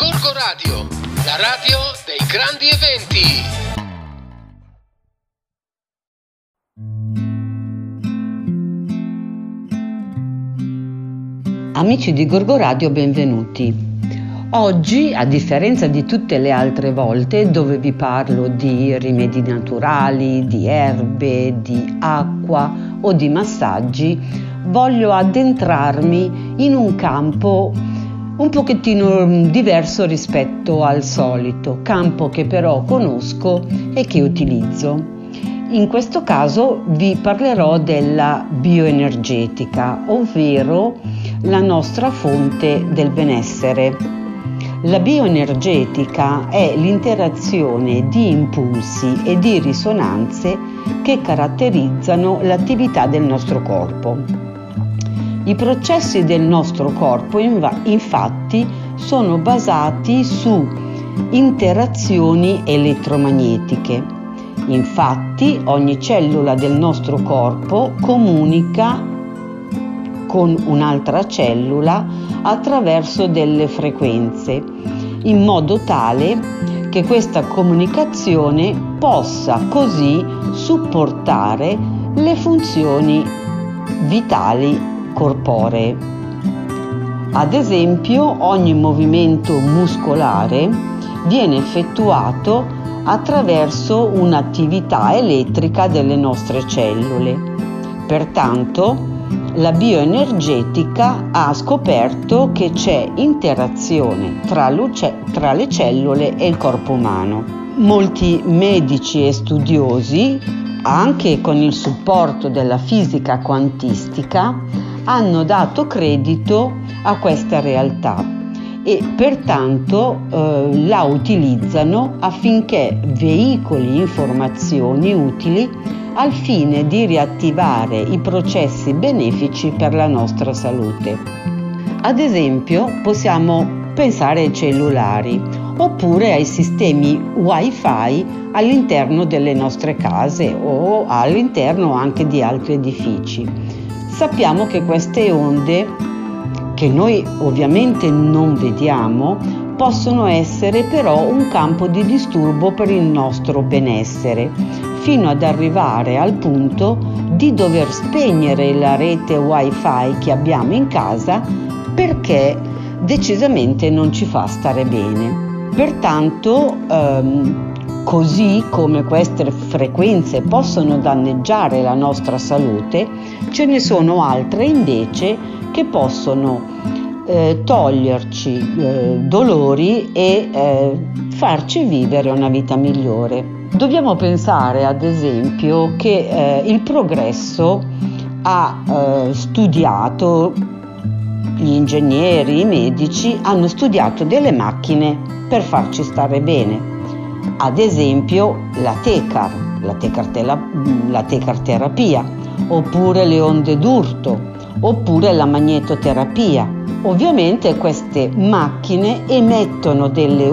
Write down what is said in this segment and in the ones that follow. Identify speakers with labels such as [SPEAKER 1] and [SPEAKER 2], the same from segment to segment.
[SPEAKER 1] Gorgo Radio, la radio dei grandi eventi.
[SPEAKER 2] Amici di Gorgo Radio, benvenuti. Oggi, a differenza di tutte le altre volte dove vi parlo di rimedi naturali, di erbe, di acqua o di massaggi, voglio addentrarmi in un campo un pochettino diverso rispetto al solito, campo che però conosco e che utilizzo. In questo caso vi parlerò della bioenergetica, ovvero la nostra fonte del benessere. La bioenergetica è l'interazione di impulsi e di risonanze che caratterizzano l'attività del nostro corpo. I processi del nostro corpo infatti sono basati su interazioni elettromagnetiche. Infatti ogni cellula del nostro corpo comunica con un'altra cellula attraverso delle frequenze, in modo tale che questa comunicazione possa così supportare le funzioni vitali corporee. Ad esempio, ogni movimento muscolare viene effettuato attraverso un'attività elettrica delle nostre cellule. Pertanto, la bioenergetica ha scoperto che c'è interazione tra le cellule e il corpo umano. Molti medici e studiosi, anche con il supporto della fisica quantistica, hanno dato credito a questa realtà e pertanto la utilizzano affinché veicoli informazioni utili al fine di riattivare i processi benefici per la nostra salute. Ad esempio, possiamo pensare ai cellulari oppure ai sistemi Wi-Fi all'interno delle nostre case o all'interno anche di altri edifici. Sappiamo che queste onde, che noi ovviamente non vediamo, possono essere però un campo di disturbo per il nostro benessere, fino ad arrivare al punto di dover spegnere la rete Wi-Fi che abbiamo in casa perché decisamente non ci fa stare bene. Pertanto, così come queste frequenze possono danneggiare la nostra salute, ce ne sono altre invece che possono toglierci dolori e farci vivere una vita migliore. Dobbiamo pensare ad esempio che il progresso ha studiato, gli ingegneri, i medici hanno studiato delle macchine per farci stare bene. Ad esempio la Tecar terapia, oppure le onde d'urto, oppure la magnetoterapia. Ovviamente queste macchine emettono delle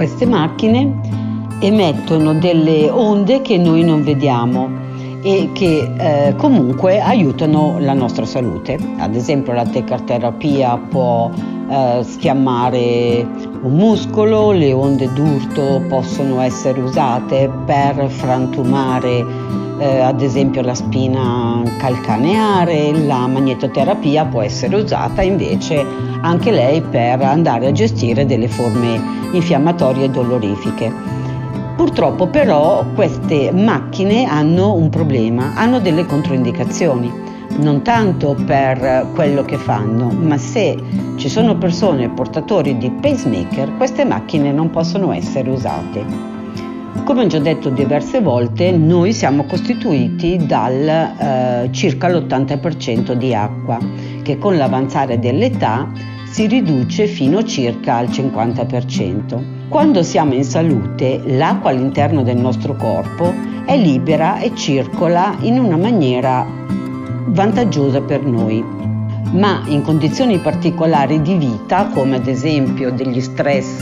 [SPEAKER 2] onde che noi non vediamo e che comunque aiutano la nostra salute. Ad esempio la Tecar terapia può sfiammare un muscolo, le onde d'urto possono essere usate per frantumare ad esempio la spina calcaneare, la magnetoterapia può essere usata invece anche lei per andare a gestire delle forme infiammatorie e dolorifiche. Purtroppo però queste macchine hanno un problema, hanno delle controindicazioni. Non tanto per quello che fanno, ma se ci sono persone portatori di pacemaker, queste macchine non possono essere usate. Come ho già detto diverse volte, noi siamo costituiti dal circa l'80% di acqua, che con l'avanzare dell'età si riduce fino circa al 50%. Quando siamo in salute, l'acqua all'interno del nostro corpo è libera e circola in una maniera vantaggiosa per noi, ma in condizioni particolari di vita, come ad esempio degli stress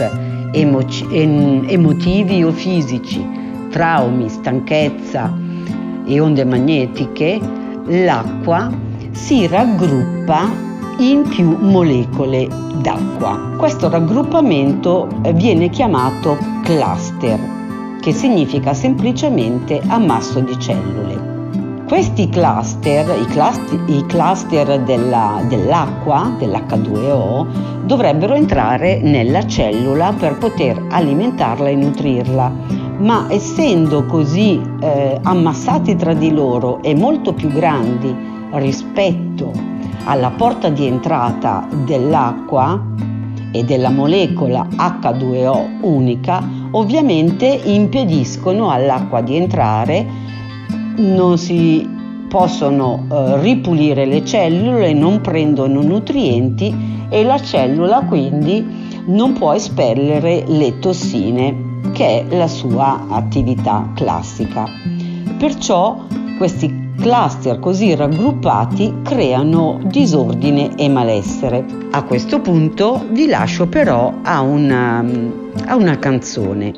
[SPEAKER 2] emotivi o fisici, traumi, stanchezza e onde magnetiche, l'acqua si raggruppa in più molecole d'acqua. Questo raggruppamento viene chiamato cluster, che significa semplicemente ammasso di cellule. Questi cluster, i cluster dell'acqua, dell'H2O, dovrebbero entrare nella cellula per poter alimentarla e nutrirla, ma essendo così ammassati tra di loro e molto più grandi rispetto alla porta di entrata dell'acqua e della molecola H2O unica, ovviamente impediscono all'acqua di entrare, non si possono ripulire le cellule, non prendono nutrienti e la cellula quindi non può espellere le tossine, che è la sua attività classica. Perciò questi cluster così raggruppati creano disordine e malessere. A questo punto vi lascio però a una canzone.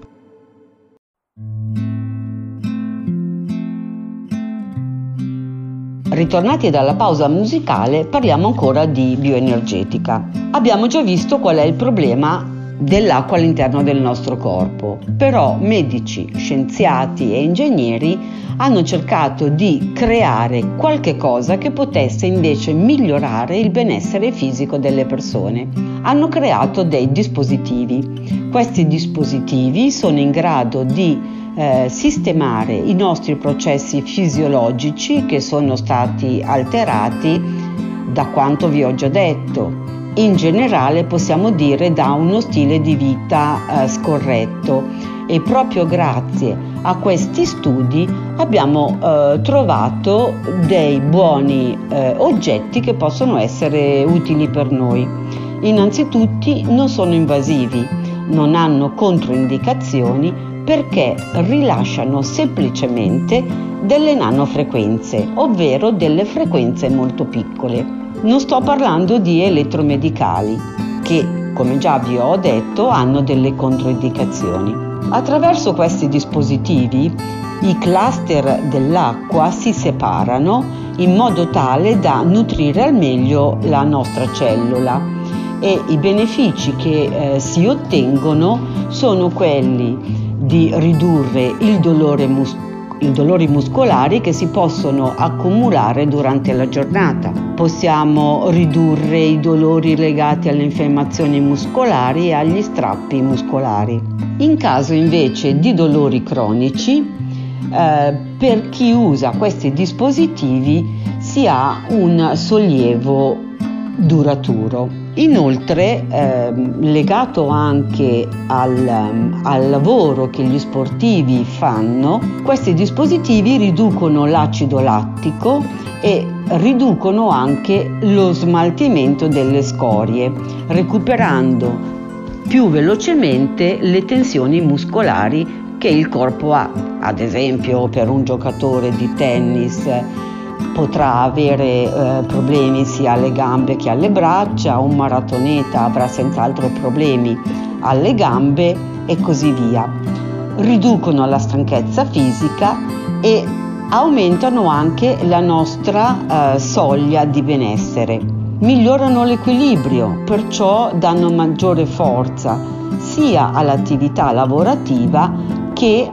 [SPEAKER 2] Ritornati dalla pausa musicale, parliamo ancora di bioenergetica. Abbiamo già visto qual è il problema dell'acqua all'interno del nostro corpo, però medici, scienziati e ingegneri hanno cercato di creare qualche cosa che potesse invece migliorare il benessere fisico delle persone. Hanno creato dei dispositivi. Questi dispositivi sono in grado di sistemare i nostri processi fisiologici che sono stati alterati da quanto vi ho già detto. In generale possiamo dire da uno stile di vita scorretto, e proprio grazie a questi studi abbiamo trovato dei buoni oggetti che possono essere utili per noi. Innanzitutto non sono invasivi, non hanno controindicazioni perché rilasciano semplicemente delle nanofrequenze, ovvero delle frequenze molto piccole. Non sto parlando di elettromedicali, che, come già vi ho detto, hanno delle controindicazioni. Attraverso questi dispositivi, i cluster dell'acqua si separano in modo tale da nutrire al meglio la nostra cellula, e i benefici che si ottengono sono quelli di ridurre i dolori muscolari che si possono accumulare durante la giornata. Possiamo ridurre i dolori legati alle infiammazioni muscolari e agli strappi muscolari. In caso invece di dolori cronici, per chi usa questi dispositivi si ha un sollievo duraturo. Inoltre, legato anche al lavoro che gli sportivi fanno, questi dispositivi riducono l'acido lattico e riducono anche lo smaltimento delle scorie, recuperando più velocemente le tensioni muscolari che il corpo ha. Ad esempio, per un giocatore di tennis potrà avere problemi sia alle gambe che alle braccia, un maratoneta avrà senz'altro problemi alle gambe e così via. Riducono la stanchezza fisica e aumentano anche la nostra soglia di benessere. Migliorano l'equilibrio, perciò danno maggiore forza sia all'attività lavorativa che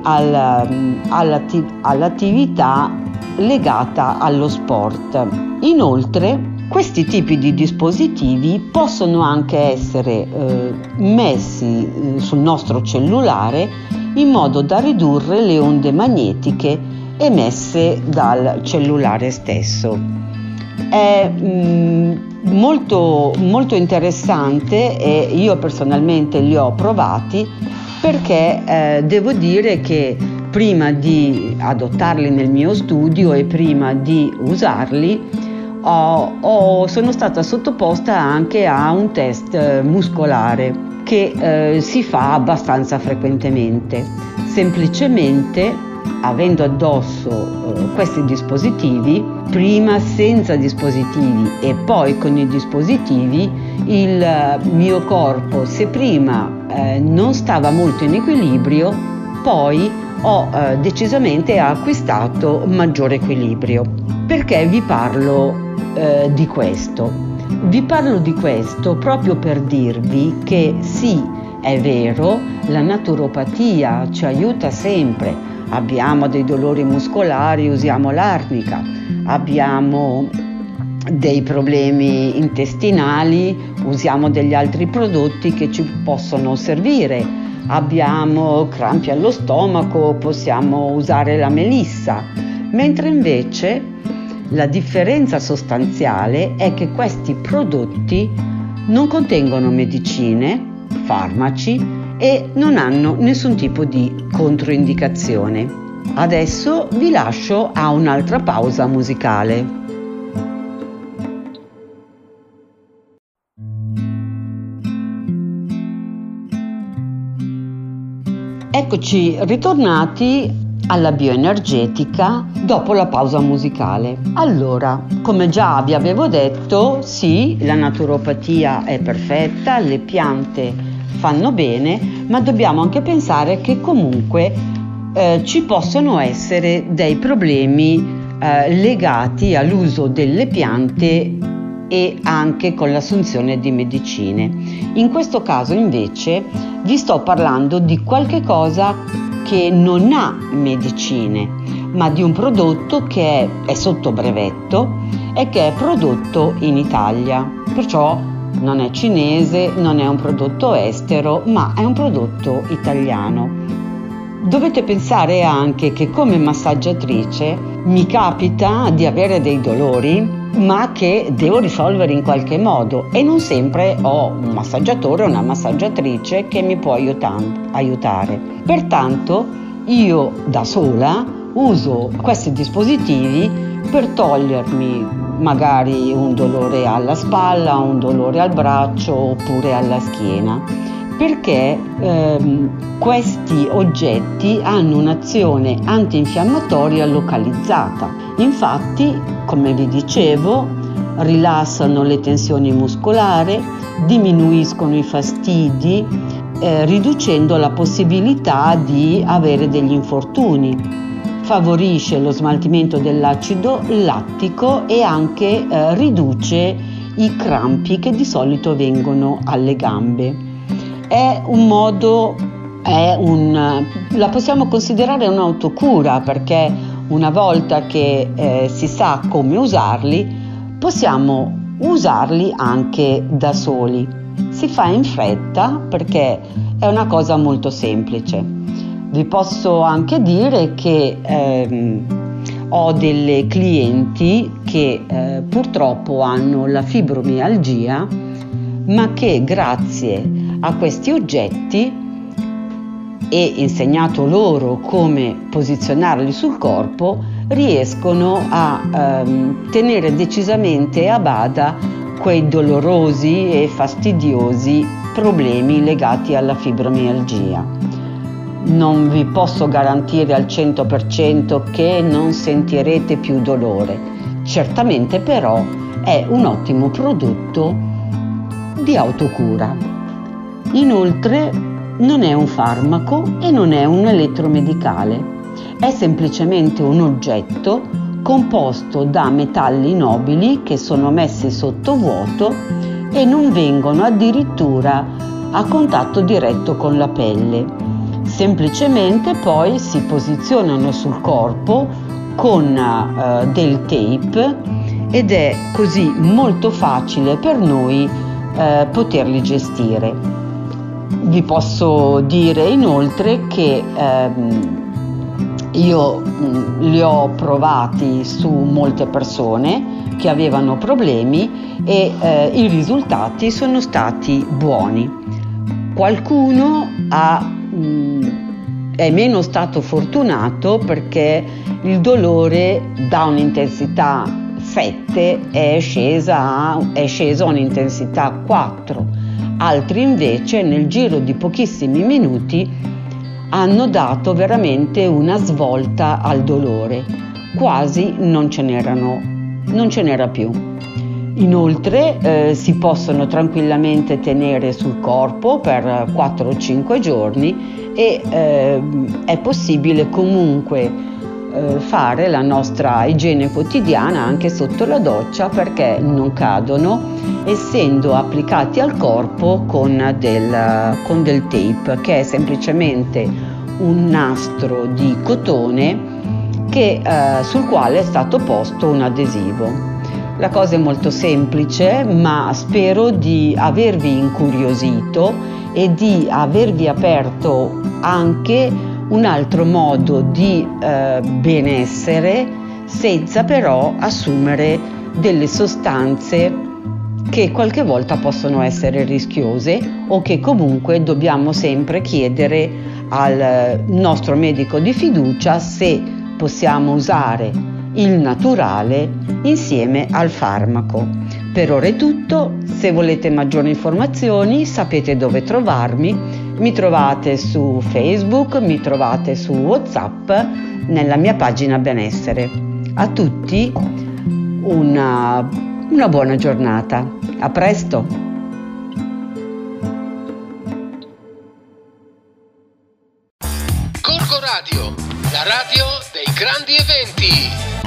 [SPEAKER 2] all'attività legata allo sport. Inoltre, questi tipi di dispositivi possono anche essere messi sul nostro cellulare in modo da ridurre le onde magnetiche emesse dal cellulare stesso. È molto interessante e io personalmente li ho provati, perché devo dire che prima di adottarli nel mio studio e prima di usarli sono stata sottoposta anche a un test muscolare che si fa abbastanza frequentemente. Semplicemente, avendo addosso questi dispositivi, prima senza dispositivi e poi con i dispositivi, il mio corpo, se prima non stava molto in equilibrio, poi ho decisamente acquistato maggiore equilibrio. Perché vi parlo di questo? Vi parlo di questo proprio per dirvi che sì, è vero, la naturopatia ci aiuta sempre. Abbiamo dei dolori muscolari, usiamo l'arnica. Abbiamo dei problemi intestinali, usiamo degli altri prodotti che ci possono servire. Abbiamo crampi allo stomaco, possiamo usare la melissa. Mentre invece la differenza sostanziale è che questi prodotti non contengono medicine, farmaci e non hanno nessun tipo di controindicazione. Adesso vi lascio a un'altra pausa musicale. Eccoci ritornati alla bioenergetica dopo la pausa musicale. Allora, come già vi avevo detto, sì, la naturopatia è perfetta, le piante fanno bene, ma dobbiamo anche pensare che comunque ci possono essere dei problemi legati all'uso delle piante e anche con l'assunzione di medicine. In questo caso invece vi sto parlando di qualche cosa che non ha medicine, ma di un prodotto che è sotto brevetto e che è prodotto in Italia. Perciò non è cinese, non è un prodotto estero, ma è un prodotto italiano. Dovete pensare anche che come massaggiatrice mi capita di avere dei dolori, ma che devo risolvere in qualche modo e non sempre ho un massaggiatore o una massaggiatrice che mi può aiutare. Pertanto io da sola uso questi dispositivi per togliermi magari un dolore alla spalla, un dolore al braccio oppure alla schiena, perché questi oggetti hanno un'azione antinfiammatoria localizzata. Infatti, come vi dicevo, rilassano le tensioni muscolari, diminuiscono i fastidi, riducendo la possibilità di avere degli infortuni. Favorisce lo smaltimento dell'acido lattico e anche riduce i crampi che di solito vengono alle gambe. La possiamo considerare un'autocura, perché una volta che si sa come usarli, possiamo usarli anche da soli. Si fa in fretta perché è una cosa molto semplice. Vi posso anche dire che ho delle clienti che purtroppo hanno la fibromialgia, ma che grazie a questi oggetti e insegnato loro come posizionarli sul corpo, riescono a tenere decisamente a bada quei dolorosi e fastidiosi problemi legati alla fibromialgia. Non vi posso garantire al 100% che non sentirete più dolore, certamente però è un ottimo prodotto di autocura. Inoltre non è un farmaco e non è un elettromedicale, è semplicemente un oggetto composto da metalli nobili che sono messi sotto vuoto e non vengono addirittura a contatto diretto con la pelle. Semplicemente poi si posizionano sul corpo con del tape ed è così molto facile per noi poterli gestire. Vi posso dire inoltre che io li ho provati su molte persone che avevano problemi e i risultati sono stati buoni. Qualcuno è meno stato fortunato perché il dolore da un'intensità 7 è sceso a un'intensità 4. Altri invece nel giro di pochissimi minuti hanno dato veramente una svolta al dolore, quasi non ce n'era più. Inoltre si possono tranquillamente tenere sul corpo per 4 o 5 giorni e è possibile comunque fare la nostra igiene quotidiana anche sotto la doccia, perché non cadono essendo applicati al corpo con del tape, che è semplicemente un nastro di cotone sul quale è stato posto un adesivo. La cosa è molto semplice, ma spero di avervi incuriosito e di avervi aperto anche un altro modo di benessere, senza però assumere delle sostanze che qualche volta possono essere rischiose o che comunque dobbiamo sempre chiedere al nostro medico di fiducia se possiamo usare il naturale insieme al farmaco. Per ora è tutto. Se volete maggiori informazioni sapete dove trovarmi. Mi trovate su Facebook, mi trovate su WhatsApp nella mia pagina benessere. A tutti una buona giornata. A presto!
[SPEAKER 1] Gorgo Radio, la radio dei grandi eventi.